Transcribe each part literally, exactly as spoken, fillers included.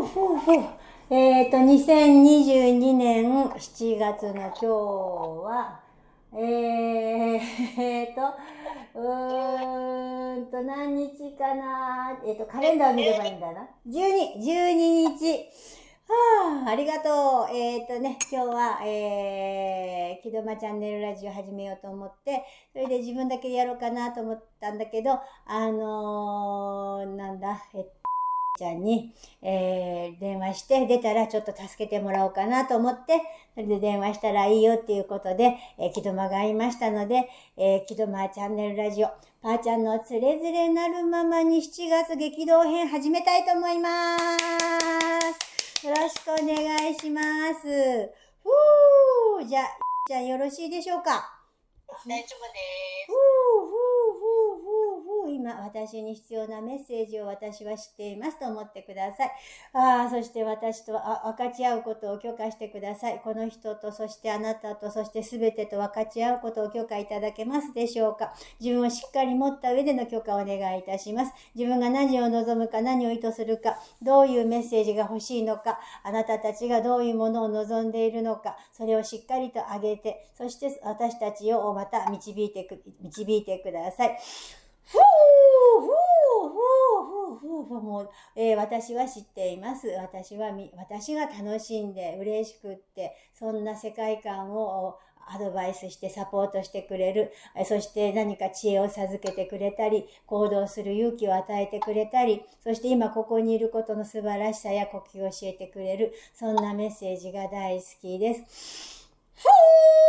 ふうふう。えっと、にせんにじゅうにねんしちがつの今日は、えー、えーと、うーんと、何日かな。えっと、カレンダーを見ればいいんだな。じゅうに、じゅうににち。はあ、ありがとう。えっとね、今日は、えー、木戸間チャンネルラジオ始めようと思って、それで自分だけでやろうかなと思ったんだけど、あのー、なんだ、えっと、ちゃんに、えー、電話して出たらちょっと助けてもらおうかなと思って、それで電話したらいいよっていうことで、えー、木戸間がいましたので、えー、木戸間チャンネルラジオ、パーちゃんのつれづれなるままにしちがつ激動編始めたいと思います。よろしくお願いします。ふー、じゃあ、じゃあよろしいでしょうか。 大丈夫です。 ふうふうふうふうふう。今、私に必要なメッセージを私は知っていますと思ってください。ああ、そして私とあ分かち合うことを許可してください。この人と、そしてあなたと、そしてすべてと分かち合うことを許可いただけますでしょうか。自分をしっかり持った上での許可をお願いいたします。自分が何を望むか、何を意図するか、どういうメッセージが欲しいのか、あなたたちがどういうものを望んでいるのか、それをしっかりと上げて、そして私たちをまた導いてく、導いてください。ふうふうふうふうふうふうもう、えー、私は知っています。私はみ、私が楽しんで嬉しくって、そんな世界観をアドバイスしてサポートしてくれる。そして何か知恵を授けてくれたり、行動する勇気を与えてくれたり、そして今ここにいることの素晴らしさや呼吸を教えてくれる。そんなメッセージが大好きです。ふー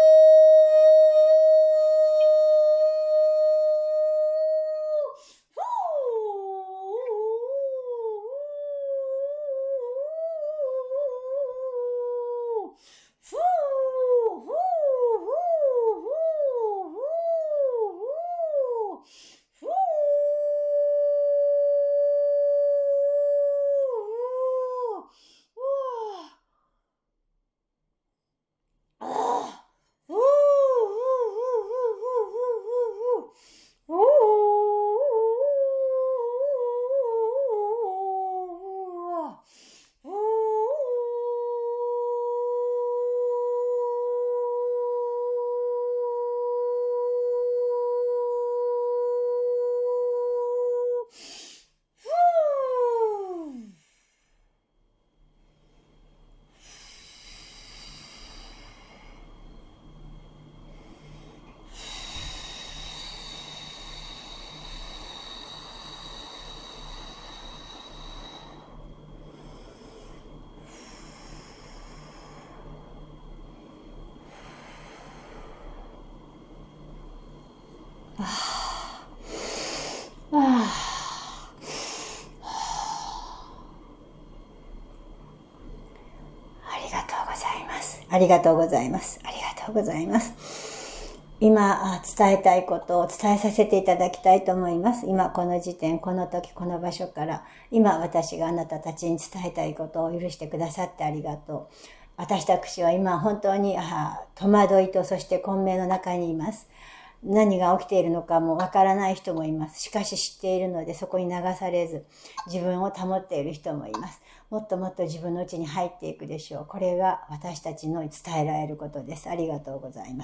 ありがとうございます。ありがとうございます。ありがとうございます。今、伝えたいことを伝えさせていただきたいと思います。今、この時点、この時、この場所から、今、私があなたたちに伝えたいことを許してくださってありがとう。私たちは今、本当に、あ戸惑いと、そして混迷の中にいます。何が起きているのかもわからない人もいます。しかし知っているので、そこに流されず、自分を保っている人もいます。もっともっと自分の内に入っていくでしょう。これが私たちの伝えられることです。ありがとうございます。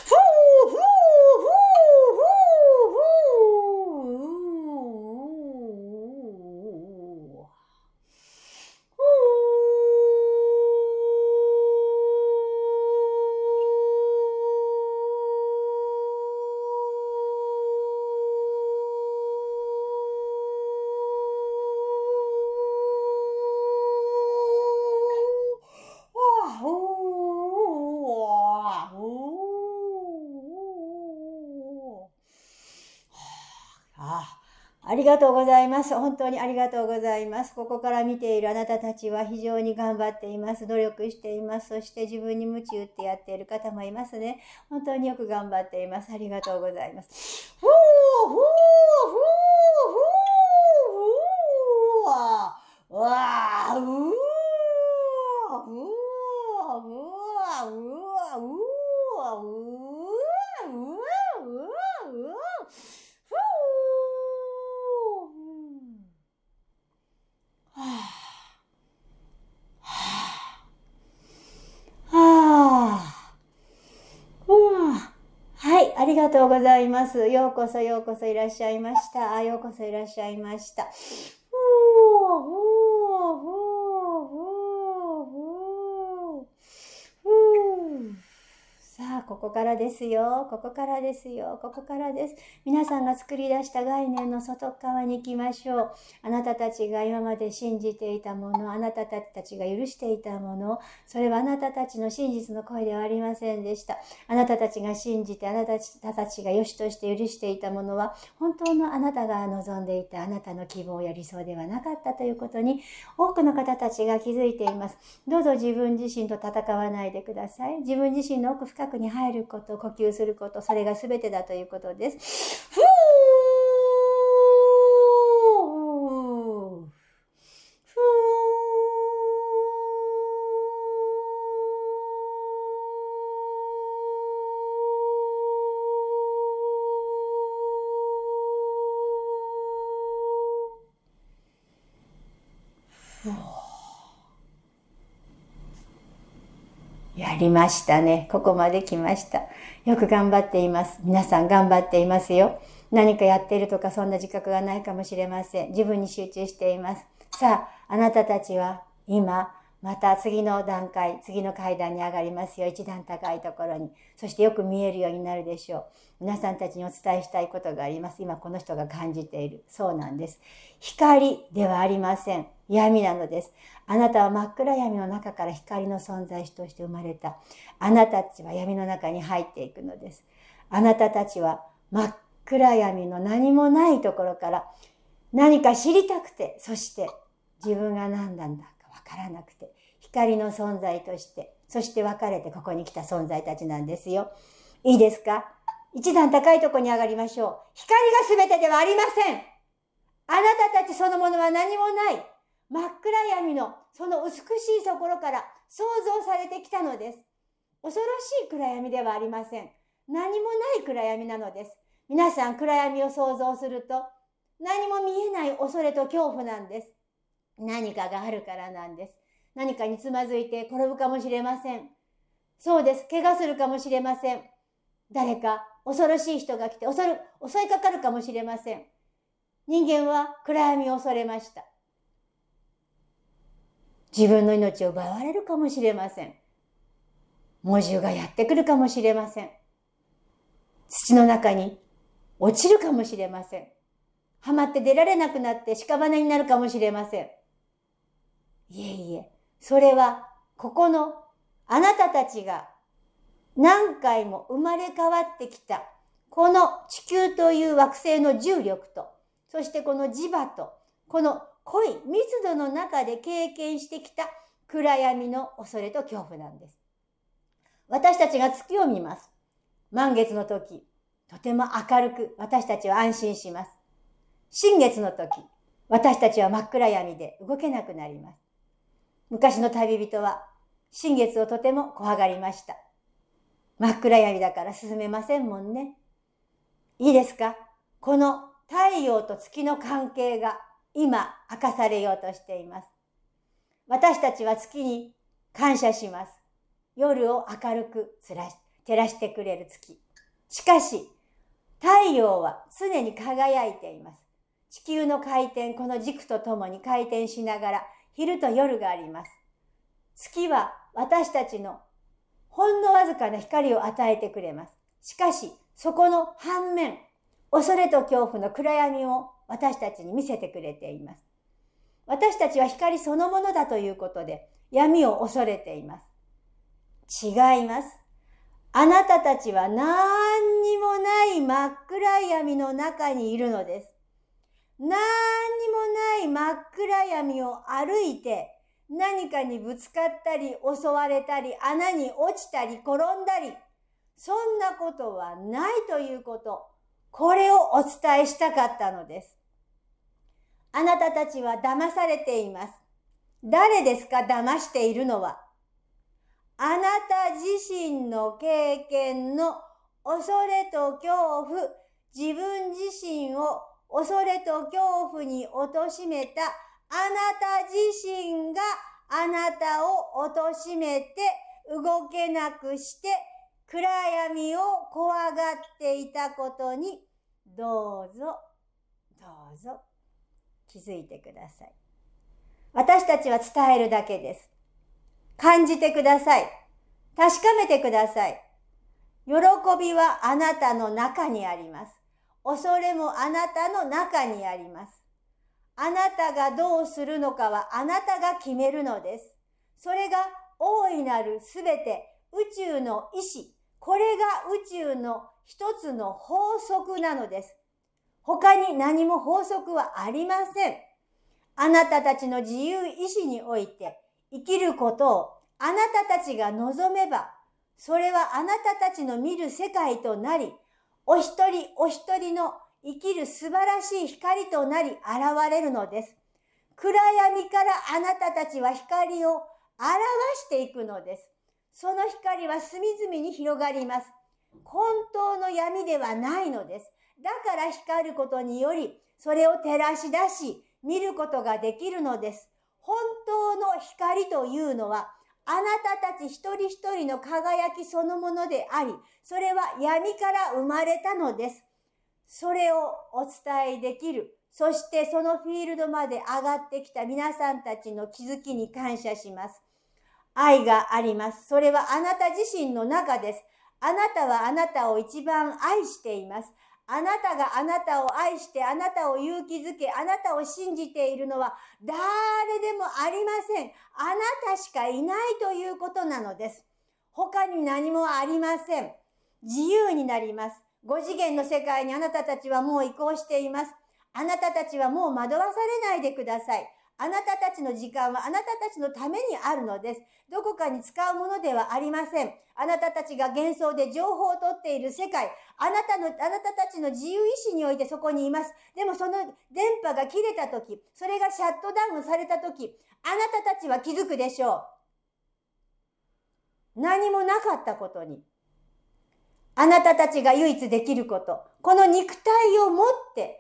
ふうふうありがとうございます。本当にありがとうございます。ここから見ているあなたたちは非常に頑張っています。努力しています。そして自分に鞭打ってやっている方もいますね。本当によく頑張っています。ありがとうございます。ふうふうふうふうふうわうわうううわうわうわうわうわうわふうはあがとうございます。ようこそようこそいらっしゃいました。あ、ようこそいらっしゃいました。ふー、ふー、ふー、ふー、ふー、ふー。さあ、ここからですよ。ここからですよ。ここからです。皆さんが作り出した概念の外側に行きましょう。あなたたちが今まで信じていたもの、あなたたちが許していたもの、それはあなたたちの真実の声ではありませんでした。あなたたちが信じて、あなたたちが良しとして許していたものは、本当のあなたが望んでいたあなたの希望や理想ではなかったということに、多くの方たちが気づいています。どうぞ自分自身と戦わないでください。自分自身の奥深くに入ること、呼吸すること、それが全てだということです。ふー、ふー、ふー。やりましたね。ここまで来ました。よく頑張っています。皆さん頑張っていますよ。何かやっているとかそんな自覚がないかもしれません。自分に集中しています。さあ、あなたたちは今、また次の段階、次の階段に上がりますよ。一段高いところに。そしてよく見えるようになるでしょう。皆さんたちにお伝えしたいことがあります。今この人が感じている。そうなんです。光ではありません。闇なのです。あなたは真っ暗闇の中から光の存在として生まれた。あなたたちは闇の中に入っていくのです。あなたたちは真っ暗闇の何もないところから何か知りたくて、そして自分が何なんだかわからなくて、光の存在として、そして分かれてここに来た存在たちなんですよ。いいですか？一段高いところに上がりましょう。光が全てではありません。あなたたちそのものは何もない。真っ暗闇のその美しいところから創造されてきたのです。恐ろしい暗闇ではありません。何もない暗闇なのです。皆さん暗闇を想像すると何も見えない恐れと恐怖なんです。何かがあるからなんです。何かにつまずいて転ぶかもしれません。そうです。怪我するかもしれません。誰か恐ろしい人が来て襲る、襲いかかるかもしれません。人間は暗闇を恐れました。自分の命を奪われるかもしれません。猛獣がやってくるかもしれません。土の中に落ちるかもしれません。はまって出られなくなって屍になるかもしれません。いえいえ、それはここのあなたたちが何回も生まれ変わってきたこの地球という惑星の重力と、そしてこの磁場と、この濃い密度の中で経験してきた暗闇の恐れと恐怖なんです。私たちが月を見ます。満月の時、とても明るく私たちは安心します。新月の時、私たちは真っ暗闇で動けなくなります。昔の旅人は新月をとても怖がりました。真っ暗闇だから進めませんもんね。いいですか？この太陽と月の関係が今明かされようとしています。私たちは月に感謝します。夜を明るく照らし、照らしてくれる月。しかし、太陽は常に輝いています。地球の回転、この軸とともに回転しながら、昼と夜があります。月は私たちのほんのわずかな光を与えてくれます。しかし、そこの反面、恐れと恐怖の暗闇を私たちに見せてくれています。私たちは光そのものだということで、闇を恐れています。違います。あなたたちは何にもない真っ暗闇の中にいるのです。何にもない真っ暗闇を歩いて、何かにぶつかったり、襲われたり、穴に落ちたり、転んだり、そんなことはないということ、これをお伝えしたかったのです。あなたたちは騙されています。誰ですか、騙しているのは。あなた自身の経験の恐れと恐怖、自分自身を恐れと恐怖に貶めたあなた自身があなたを貶めて動けなくして暗闇を怖がっていたことにどうぞどうぞ気づいてください。私たちは伝えるだけです。感じてください。確かめてください。喜びはあなたの中にあります。恐れもあなたの中にあります。あなたがどうするのかはあなたが決めるのです。それが大いなるすべて宇宙の意志、これが宇宙の一つの法則なのです。他に何も法則はありません。あなたたちの自由意志において生きることをあなたたちが望めば、それはあなたたちの見る世界となり、お一人お一人の生きる素晴らしい光となり現れるのです。暗闇からあなたたちは光を表していくのです。その光は隅々に広がります。本当の闇ではないのです。だから光ることにより、それを照らし出し、見ることができるのです。本当の光というのは、あなたたち一人一人の輝きそのものであり、それは闇から生まれたのです。それをお伝えできる。そしてそのフィールドまで上がってきた皆さんたちの気づきに感謝します。愛があります。それはあなた自身の中です。あなたはあなたを一番愛しています。あなたがあなたを愛してあなたを勇気づけ、あなたを信じているのは誰でもありません。あなたしかいないということなのです。他に何もありません。自由になります。ご次元の世界にあなたたちはもう移行しています。あなたたちはもう惑わされないでください。あなたたちの時間はあなたたちのためにあるのです。どこかに使うものではありません。あなたたちが幻想で情報を取っている世界、あなたの、あなたたちの自由意志においてそこにいます。でもその電波が切れたとき、それがシャットダウンされたとき、あなたたちは気づくでしょう。何もなかったことに。あなたたちが唯一できること、この肉体を持って、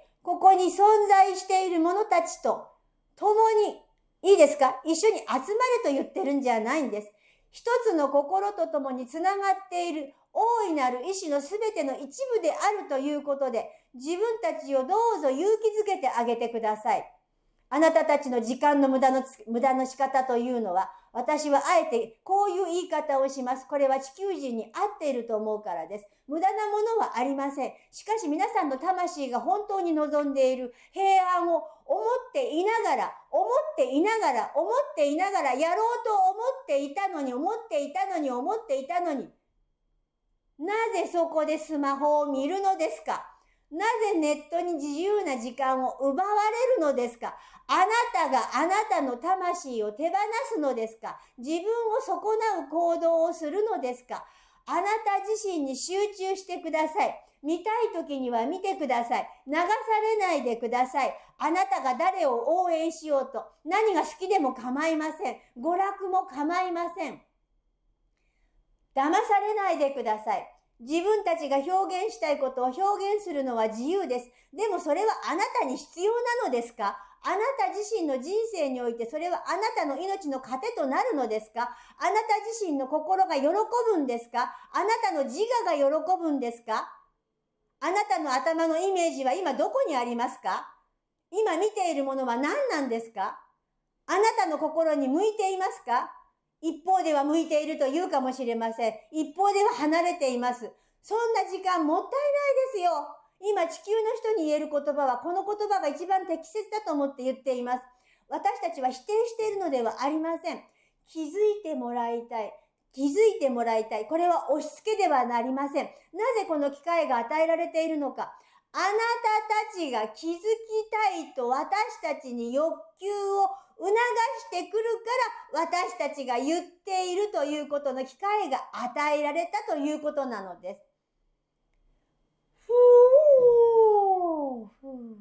ここに存在している者たちと共に、いいですか？一緒に集まれと言ってるんじゃないんです。一つの心と共につながっている大いなる意志のすべての一部であるということで、自分たちをどうぞ勇気づけてあげてください。あなたたちの時間の無駄のつ、無駄の仕方というのは、私はあえてこういう言い方をします。これは地球人に合っていると思うからです。無駄なものはありません。しかし皆さんの魂が本当に望んでいる平安を思っていながら、思っていながら、思っていながら、やろうと思っていたのに、思っていたのに、思っていたのに、なぜそこでスマホを見るのですか？なぜネットに自由な時間を奪われるのですか？あなたがあなたの魂を手放すのですか？自分を損なう行動をするのですか？あなた自身に集中してください。見たい時には見てください。流されないでください。あなたが誰を応援しようと、何が好きでも構いません。娯楽も構いません。騙されないでください。自分たちが表現したいことを表現するのは自由です。でもそれはあなたに必要なのですか？あなた自身の人生においてそれはあなたの命の糧となるのですか？あなた自身の心が喜ぶんですか？あなたの自我が喜ぶんですか？あなたの頭のイメージは今どこにありますか？今見ているものは何なんですか？あなたの心に向いていますか？一方では向いていると言うかもしれません。一方では離れています。そんな時間もったいないですよ。今地球の人に言える言葉はこの言葉が一番適切だと思って言っています。私たちは否定しているのではありません。気づいてもらいたい。気づいてもらいたい。これは押し付けではなりません。なぜこの機会が与えられているのか。あなたたちが気づきたいと私たちに欲求を促してくるから私たちが言っているということの機会が与えられたということなのです。ふーふー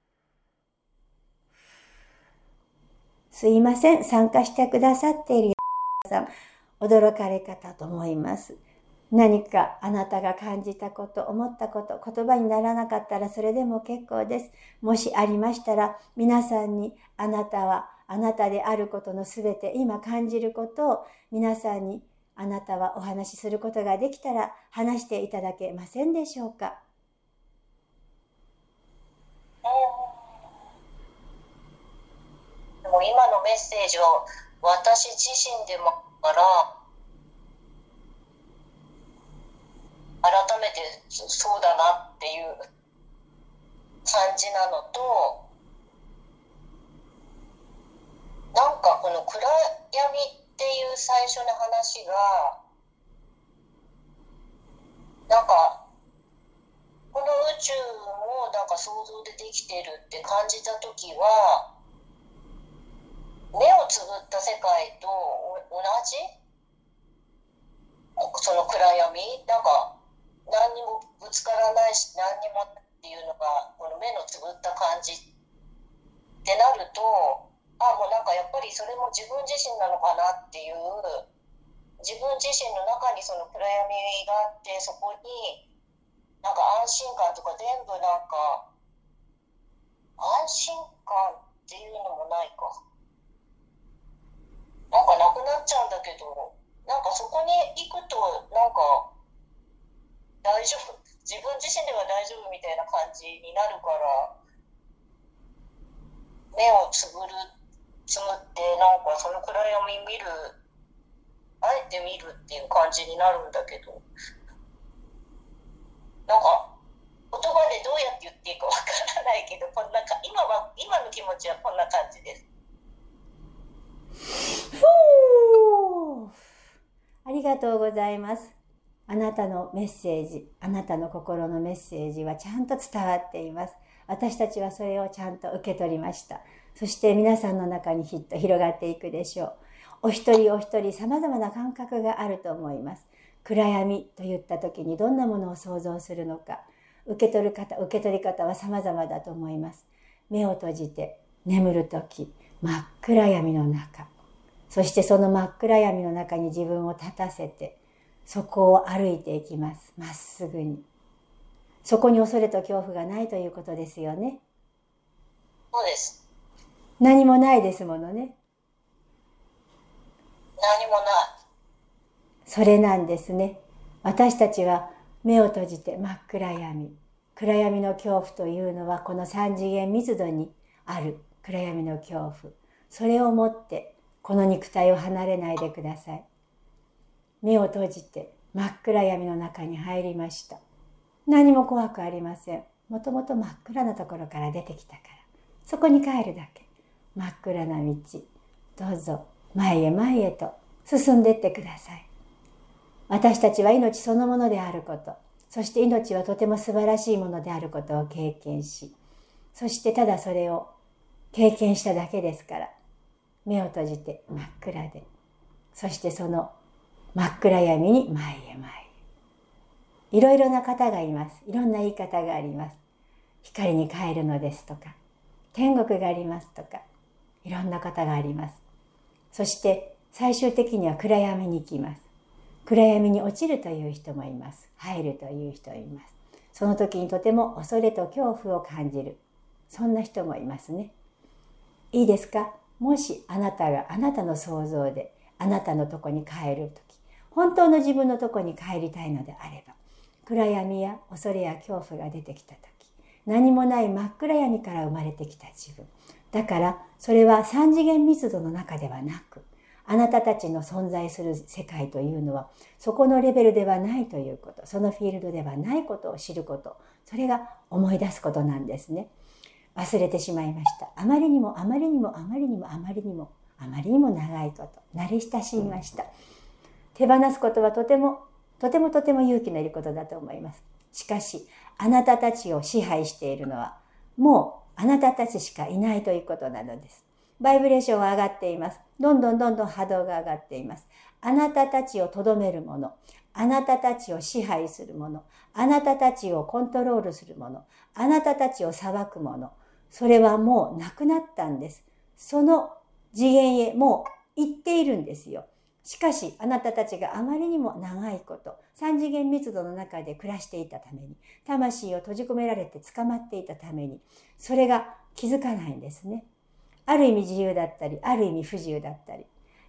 すいません。参加してくださっている皆さん、驚かれ方と思います。何かあなたが感じたこと、思ったこと、言葉にならなかったらそれでも結構です。もしありましたら、皆さんにあなたはあなたであることのすべて、今感じることを皆さんにあなたはお話しすることができたら話していただけませんでしょうか。 でも今のメッセージは私自身でもから改めてそうだなっていう感じなのと、なんかこの暗闇っていう最初の話がなんかこの宇宙もなんか想像でできてるって感じた時は、目をつぶった世界と同じその暗闇、なんか何にもぶつからないし何にもっていうのがこの目のつぶった感じってなると、あ、もうなんかやっぱりそれも自分自身なのかなっていう、自分自身の中にその暗闇があって、そこになんか安心感とか全部なんか安心感っていうのもないか、なんかなくなっちゃうんだけど、なんかそこに行くとなんか大丈夫、自分自身では大丈夫みたいな感じになるから、目をつぶるつむってなんかその暗闇見る、あえて見るっていう感じになるんだけど、なんか言葉でどうやって言っていいかわからないけど、こんなか今は今の気持ちはこんな感じです。 ふう、ありがとうございます。あなたのメッセージ、あなたの心のメッセージはちゃんと伝わっています。私たちはそれをちゃんと受け取りました。そして皆さんの中にきっと広がっていくでしょう。お一人お一人様々な感覚があると思います。暗闇と言った時にどんなものを想像するのか、受け取る方、受け取り方は様々だと思います。目を閉じて眠る時、真っ暗闇の中、そしてその真っ暗闇の中に自分を立たせて、そこを歩いていきます。まっすぐに。そこに恐れと恐怖がないということですよね。 そうです。 何もないですものね。 何もない。 それなんですね。私たちは目を閉じて真っ暗闇。暗闇の恐怖というのはこの三次元密度にある暗闇の恐怖。それをもってこの肉体を離れないでください。目を閉じて真っ暗闇の中に入りました。何も怖くありません。もともと真っ暗なところから出てきたから。そこに帰るだけ。真っ暗な道。どうぞ前へ前へと進んでいってください。私たちは命そのものであること、そして命はとても素晴らしいものであることを経験し、そしてただそれを経験しただけですから、目を閉じて真っ暗で、そしてその真っ暗闇に前へ前へ。いろいろな方がいます。いろんな言い方があります。光に帰るのですとか、天国がありますとか、いろんな方があります。そして最終的には暗闇に行きます。暗闇に落ちるという人もいます。入るという人もいます。その時にとても恐れと恐怖を感じる。そんな人もいますね。いいですか？もしあなたがあなたの想像であなたのとこに帰る時、本当の自分のとこに帰りたいのであれば、暗闇や恐れや恐怖が出てきた時、何もない真っ暗闇から生まれてきた自分。だからそれは三次元密度の中ではなく、あなたたちの存在する世界というのはそこのレベルではないということ、そのフィールドではないことを知ること、それが思い出すことなんですね。忘れてしまいました。あまりにもあまりにもあまりにもあまりにもあまりにも長いこと、慣れ親しみました。手放すことはとてもとてもとても勇気のいることだと思います。しかしあなたたちを支配しているのはもうあなたたちしかいないということなのです。バイブレーションは上がっています。どんどんどんどん波動が上がっています。あなたたちをとどめるもの、あなたたちを支配するもの、あなたたちをコントロールするもの、あなたたちを裁くもの、それはもうなくなったんです。その次元へもう行っているんですよ。しかしあなたたちがあまりにも長いこと三次元密度の中で暮らしていたために、魂を閉じ込められて捕まっていたために、それが気づかないんですね。ある意味自由だったり、ある意味不自由だったり、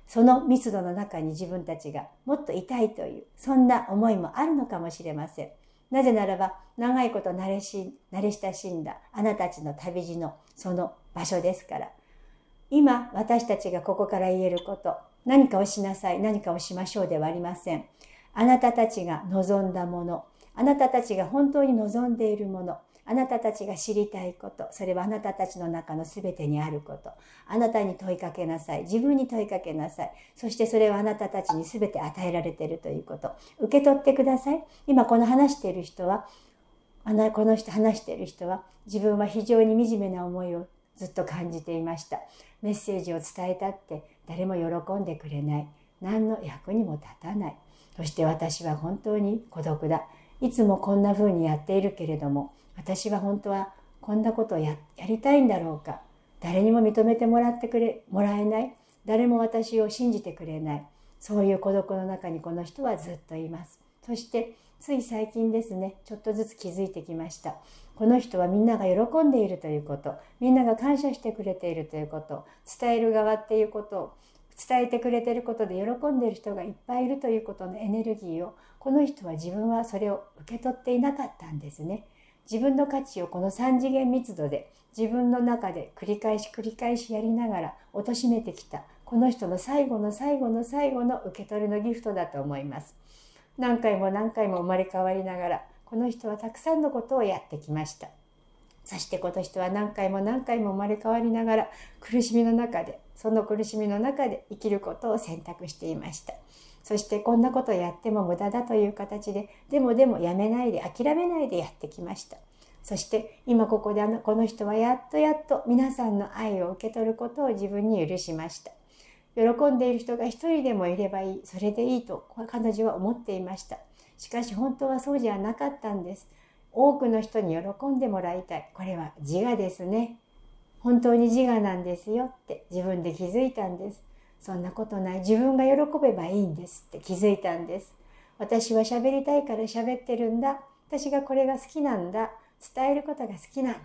その密度の中に自分たちがもっといたいという、そんな思いもあるのかもしれません。なぜならば、長いこと慣れし、慣れ親しんだあなたたちの旅路のその場所ですから。今、私たちがここから言えること、何かをしなさい、何かをしましょうではありません。あなたたちが望んだもの、あなたたちが本当に望んでいるもの、あなたたちが知りたいこと、それはあなたたちの中のすべてにあること。あなたに問いかけなさい。自分に問いかけなさい。そしてそれはあなたたちにすべて与えられているということ。受け取ってください。今この話している人は、あのこの人話している人は、自分は非常に惨めな思いをずっと感じていました。メッセージを伝えたって誰も喜んでくれない。何の役にも立たない。そして私は本当に孤独だ。いつもこんな風にやっているけれども、私は本当はこんなことを や, やりたいんだろうか。誰にも認めてもらってくれもらえない。誰も私を信じてくれない。そういう孤独の中にこの人はずっといます。そしてつい最近ですね、ちょっとずつ気づいてきました。この人はみんなが喜んでいるということ、みんなが感謝してくれているということ、伝える側っていうことを伝えてくれていることで喜んでいる人がいっぱいいるということのエネルギーを、この人は自分はそれを受け取っていなかったんですね。自分の価値をこの三次元密度で自分の中で繰り返し繰り返しやりながら貶めてきた、この人の最後の最後の最後の受け取りのギフトだと思います。何回も何回も生まれ変わりながら、この人はたくさんのことをやってきました。そしてこの人は何回も何回も生まれ変わりながら、苦しみの中で、その苦しみの中で生きることを選択していました。そしてこんなことをやっても無駄だという形で、でもでもやめないで、諦めないでやってきました。そして今ここであのこの人はやっとやっと皆さんの愛を受け取ることを自分に許しました。喜んでいる人が一人でもいればいい、それでいいと彼女は思っていました。しかし本当はそうじゃなかったんです。多くの人に喜んでもらいたい。これは自我ですね。本当に自我なんですよって自分で気づいたんです。そんなことない。自分が喜べばいいんですって気づいたんです。私は喋りたいから喋ってるんだ。私がこれが好きなんだ。伝えることが好きなんだって。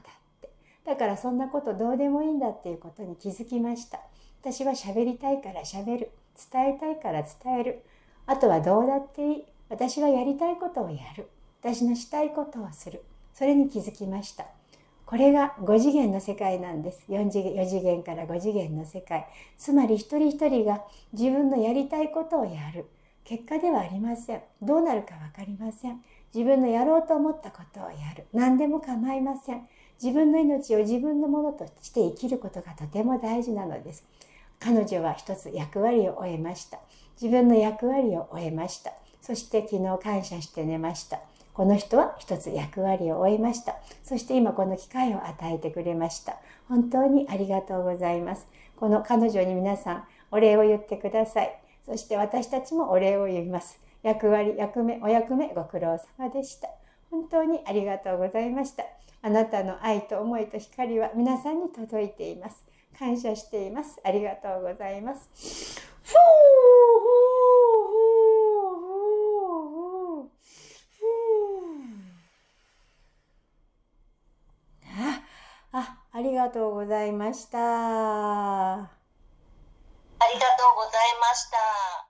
だからそんなことどうでもいいんだっていうことに気づきました。私は喋りたいから喋る。伝えたいから伝える。あとはどうだっていい。私はやりたいことをやる。私のしたいことをする。それに気づきました。これがご次元の世界なんです。よん次元、よ次元からご次元の世界。つまり一人一人が自分のやりたいことをやる。結果ではありません。どうなるかわかりません。自分のやろうと思ったことをやる。何でも構いません。自分の命を自分のものとして生きることがとても大事なのです。彼女は一つ役割を終えました。自分の役割を終えました。そして昨日感謝して寝ました。この人は一つ役割を終えました。そして今この機会を与えてくれました。本当にありがとうございます。この彼女に皆さんお礼を言ってください。そして私たちもお礼を言います。役割、役目、お役目ご苦労様でした。本当にありがとうございました。あなたの愛と思いと光は皆さんに届いています。感謝しています。ありがとうございます。ふーあ、ありがとうございました。 ありがとうございました。